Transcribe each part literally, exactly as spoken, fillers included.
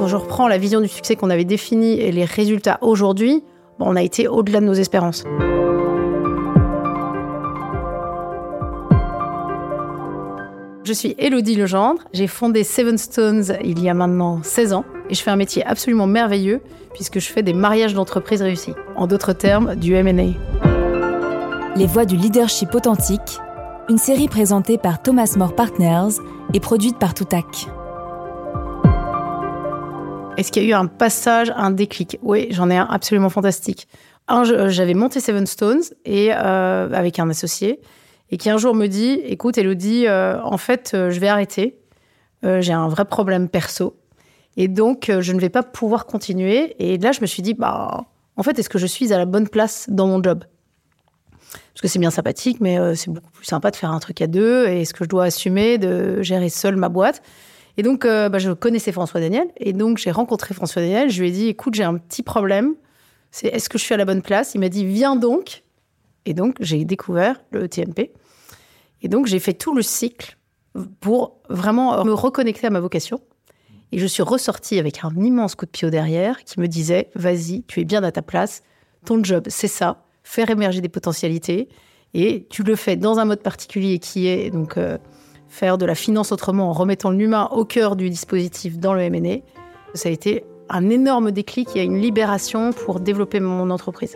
Quand je reprends la vision du succès qu'on avait définie et les résultats aujourd'hui, bon, on a été au-delà de nos espérances. Je suis Élodie Legendre, j'ai fondé Seven Stones il y a maintenant seize ans et je fais un métier absolument merveilleux puisque je fais des mariages d'entreprises réussis. En d'autres termes, du M and A. Les voix du leadership authentique, une série présentée par Thomas More Partners et produite par Toutac. Est-ce qu'il y a eu un passage, un déclic ? Oui, j'en ai un absolument fantastique. Un, j'avais monté Seven Stones et, euh, avec un associé et qui un jour me dit « Écoute, Élodie, euh, en fait, euh, je vais arrêter. Euh, j'ai un vrai problème perso. Et donc, euh, je ne vais pas pouvoir continuer. » Et là, je me suis dit bah, « En fait, est-ce que je suis à la bonne place dans mon job ?» Parce que c'est bien sympathique, mais euh, c'est beaucoup plus sympa de faire un truc à deux. Et est-ce que je dois assumer de gérer seule ma boîte ? Et donc, euh, bah, je connaissais François Daniel. Et donc, j'ai rencontré François Daniel. Je lui ai dit « Écoute, j'ai un petit problème. C'est est-ce que je suis à la bonne place ?» Il m'a dit « Viens donc !» Et donc, j'ai découvert le T M P. Et donc, j'ai fait tout le cycle pour vraiment me reconnecter à ma vocation. Et je suis ressortie avec un immense coup de pied au derrière qui me disait « Vas-y, tu es bien à ta place. Ton job, c'est ça. Faire émerger des potentialités. Et tu le fais dans un mode particulier qui est donc euh, faire de la finance autrement en remettant l'humain au cœur du dispositif dans le M and A. » Ça a été un énorme déclic. Il y a une libération pour développer mon entreprise.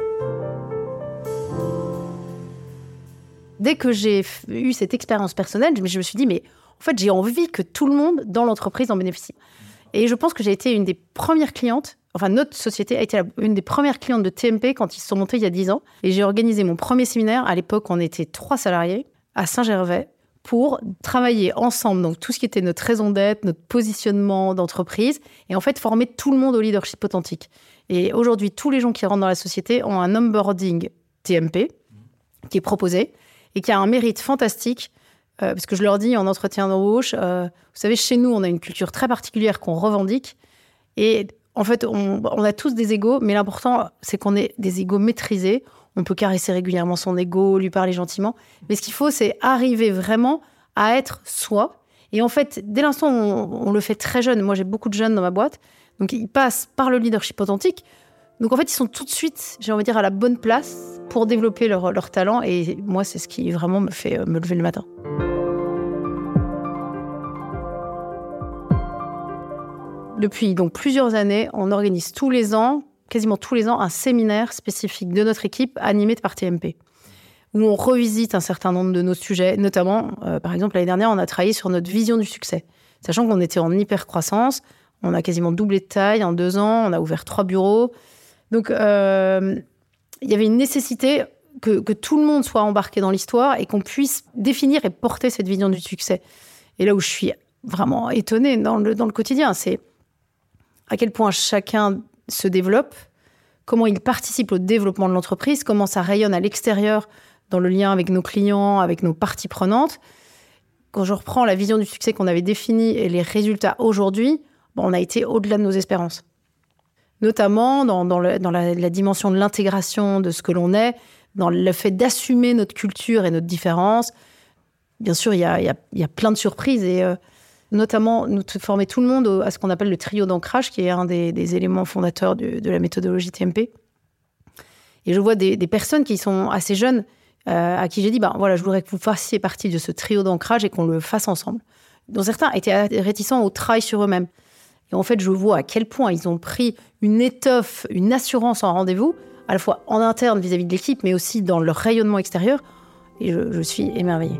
Dès que j'ai eu cette expérience personnelle, je me suis dit, mais en fait, j'ai envie que tout le monde dans l'entreprise en bénéficie. Et je pense que j'ai été une des premières clientes, enfin notre société a été une des premières clientes de T M P quand ils se sont montés il y a dix ans. Et j'ai organisé mon premier séminaire, à l'époque on était trois salariés, à Saint-Gervais, pour travailler ensemble, donc tout ce qui était notre raison d'être, notre positionnement d'entreprise, et en fait former tout le monde au leadership authentique. Et aujourd'hui, tous les gens qui rentrent dans la société ont un onboarding T M P qui est proposé, et qui a un mérite fantastique, euh, parce que je leur dis en entretien d'embauche, euh, vous savez, chez nous, on a une culture très particulière qu'on revendique, et en fait, on, on a tous des égos, mais l'important, c'est qu'on ait des égos maîtrisés. On peut caresser régulièrement son égo, lui parler gentiment, mais ce qu'il faut, c'est arriver vraiment à être soi. Et en fait, dès l'instant où on, on le fait très jeune, moi j'ai beaucoup de jeunes dans ma boîte, donc ils passent par le leadership authentique. Donc en fait, ils sont tout de suite, j'ai envie de dire, à la bonne place pour développer leur, leur talent. Et moi, c'est ce qui vraiment me fait me lever le matin. Depuis donc plusieurs années, on organise tous les ans, quasiment tous les ans, un séminaire spécifique de notre équipe animé par T M P, où on revisite un certain nombre de nos sujets. Notamment, euh, par exemple, l'année dernière, on a travaillé sur notre vision du succès. Sachant qu'on était en hyper-croissance, on a quasiment doublé de taille en deux ans, on a ouvert trois bureaux. Donc, euh, il y avait une nécessité que, que tout le monde soit embarqué dans l'histoire et qu'on puisse définir et porter cette vision du succès. Et là où je suis vraiment étonnée dans le, dans le quotidien, c'est à quel point chacun se développe, comment il participe au développement de l'entreprise, comment ça rayonne à l'extérieur dans le lien avec nos clients, avec nos parties prenantes. Quand je reprends la vision du succès qu'on avait définie et les résultats aujourd'hui, bon, on a été au-delà de nos espérances. Notamment dans, dans, le, dans la, la dimension de l'intégration de ce que l'on est, dans le fait d'assumer notre culture et notre différence. Bien sûr, il y a, il y a, il y a plein de surprises, et euh, notamment nous former tout le monde au, à ce qu'on appelle le trio d'ancrage, qui est un des, des éléments fondateurs de, de la méthodologie T M P. Et je vois des, des personnes qui sont assez jeunes, euh, à qui j'ai dit, ben, voilà, je voudrais que vous fassiez partie de ce trio d'ancrage et qu'on le fasse ensemble. Dont certains étaient réticents au travail sur eux-mêmes. Et en fait, je vois à quel point ils ont pris une étoffe, une assurance en rendez-vous, à la fois en interne vis-à-vis de l'équipe, mais aussi dans leur rayonnement extérieur. Et je, je suis émerveillée.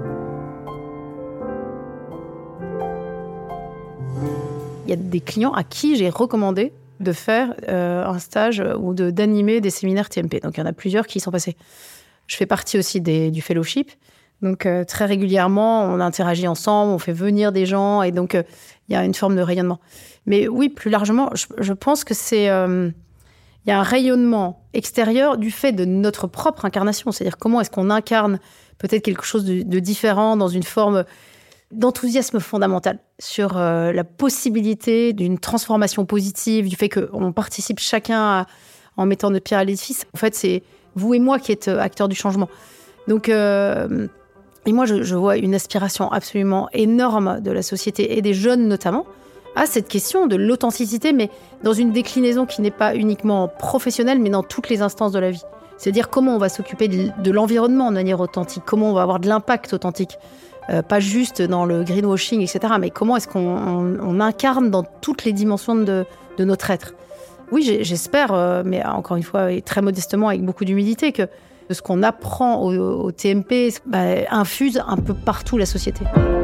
Il y a des clients à qui j'ai recommandé de faire euh, un stage ou de, d'animer des séminaires T M P. Donc, il y en a plusieurs qui y sont passés. Je fais partie aussi des, du fellowship. Donc, euh, très régulièrement, on interagit ensemble, on fait venir des gens, et donc, euh, il y a une forme de rayonnement. Mais oui, plus largement, je, je pense que c'est... Euh, il y a un rayonnement extérieur du fait de notre propre incarnation. C'est-à-dire, comment est-ce qu'on incarne peut-être quelque chose de, de différent dans une forme d'enthousiasme fondamental sur euh, la possibilité d'une transformation positive, du fait qu'on participe chacun à, en mettant notre pierre à l'édifice. En fait, c'est vous et moi qui êtes acteurs du changement. Donc, euh, et moi, je, je vois une aspiration absolument énorme de la société et des jeunes notamment, à cette question de l'authenticité, mais dans une déclinaison qui n'est pas uniquement professionnelle, mais dans toutes les instances de la vie. C'est-à-dire comment on va s'occuper de, de l'environnement de manière authentique, comment on va avoir de l'impact authentique. Euh, pas juste dans le greenwashing, et cetera, mais comment est-ce qu'on on, on incarne dans toutes les dimensions de, de notre être. Oui, j'espère, euh, mais encore une fois, et très modestement, avec beaucoup d'humilité, que ce qu'on apprend au, au T M P bah, infuse un peu partout la société.